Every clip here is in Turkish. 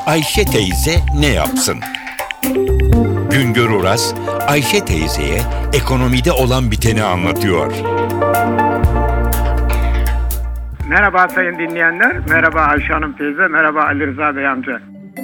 Ayşe teyze ne yapsın? Güngör Oras, Ayşe teyzeye ekonomide olan biteni anlatıyor. Merhaba sayın dinleyenler, merhaba Ayşe Hanım teyze, merhaba Ali Rıza Bey amca.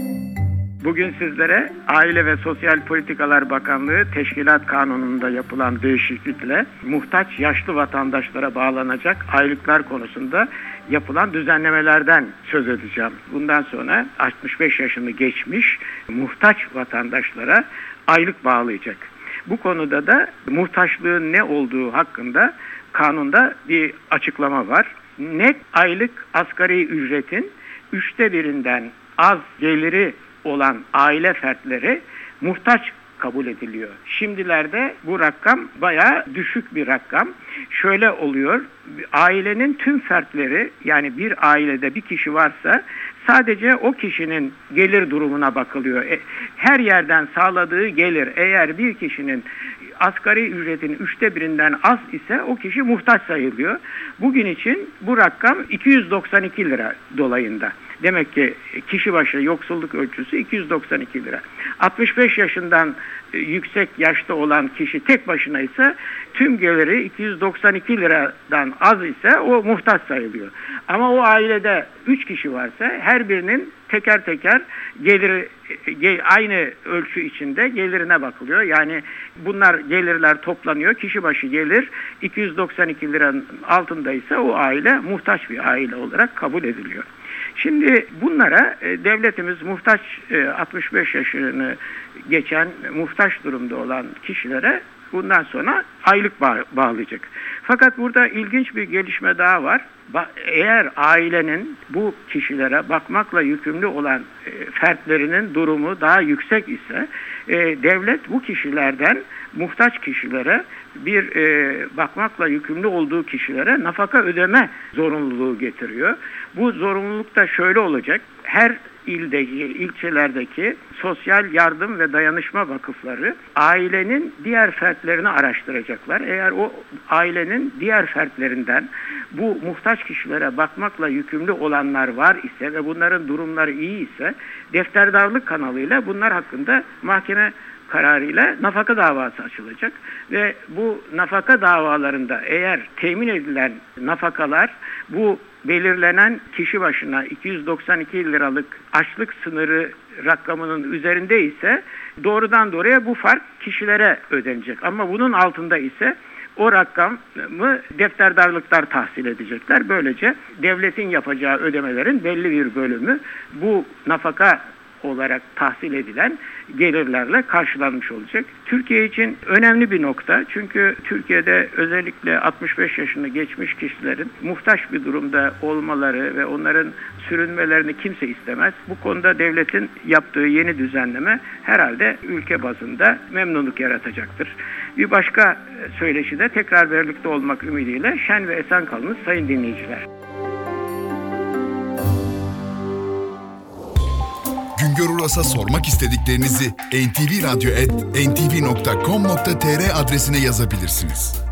Bugün sizlere Aile ve Sosyal Politikalar Bakanlığı Teşkilat Kanunu'nda yapılan değişiklikle muhtaç yaşlı vatandaşlara bağlanacak aylıklar konusunda yapılan düzenlemelerden söz edeceğim. Bundan sonra 65 yaşını geçmiş muhtaç vatandaşlara aylık bağlayacak. Bu konuda da muhtaçlığın ne olduğu hakkında kanunda bir açıklama var. Net aylık asgari ücretin 1/3'ünden az geliri olan aile fertleri muhtaç kabul ediliyor. Şimdilerde bu rakam bayağı düşük bir rakam. Şöyle oluyor, ailenin tüm fertleri, yani bir ailede bir kişi varsa sadece o kişinin gelir durumuna bakılıyor. Her yerden sağladığı gelir eğer bir kişinin asgari ücretin 1/3'ünden az ise o kişi muhtaç sayılıyor. Bugün için bu rakam 292 lira dolayında. Demek ki kişi başı yoksulluk ölçüsü 292 lira. 65 yaşından yüksek yaşta olan kişi tek başına ise tüm geliri 292 liradan az ise o muhtaç sayılıyor. Ama o ailede 3 kişi varsa her birinin teker teker geliri aynı ölçü içinde gelirine bakılıyor. Yani bunlar gelirler toplanıyor. Kişi başı gelir 292 liranın altındaysa o aile muhtaç bir aile olarak kabul ediliyor. Şimdi bunlara devletimiz muhtaç 65 yaşını geçen muhtaç durumda olan kişilere bundan sonra aylık bağlayacak. Fakat burada ilginç bir gelişme daha var. Eğer ailenin bu kişilere bakmakla yükümlü olan fertlerinin durumu daha yüksek ise devlet bu kişilerden muhtaç kişilere bakmakla yükümlü olduğu kişilere nafaka ödeme zorunluluğu getiriyor. Bu zorunluluk da şöyle olacak. Her ilçelerdeki sosyal yardım ve dayanışma vakıfları ailenin diğer fertlerini araştıracaklar. Eğer o ailenin diğer fertlerinden bu muhtaç kişilere bakmakla yükümlü olanlar var ise ve bunların durumları iyi ise defterdarlık kanalıyla bunlar hakkında mahkeme kararıyla nafaka davası açılacak ve bu nafaka davalarında eğer temin edilen nafakalar bu belirlenen kişi başına 292 liralık açlık sınırı rakamının üzerinde ise doğrudan doğruya bu fark kişilere ödenecek. Ama bunun altında ise o rakamı defterdarlıklar tahsil edecekler. Böylece devletin yapacağı ödemelerin belli bir bölümü bu nafaka olarak tahsil edilen gelirlerle karşılanmış olacak. Türkiye için önemli bir nokta. Çünkü Türkiye'de özellikle 65 yaşını geçmiş kişilerin muhtaç bir durumda olmaları ve onların sürünmelerini kimse istemez. Bu konuda devletin yaptığı yeni düzenleme herhalde ülke bazında memnunluk yaratacaktır. Bir başka söyleşide tekrar birlikte olmak ümidiyle şen ve esen kalınız sayın dinleyiciler. Güngör Uras'a sormak istediklerinizi ntvradyo@ntv.com.tr adresine yazabilirsiniz.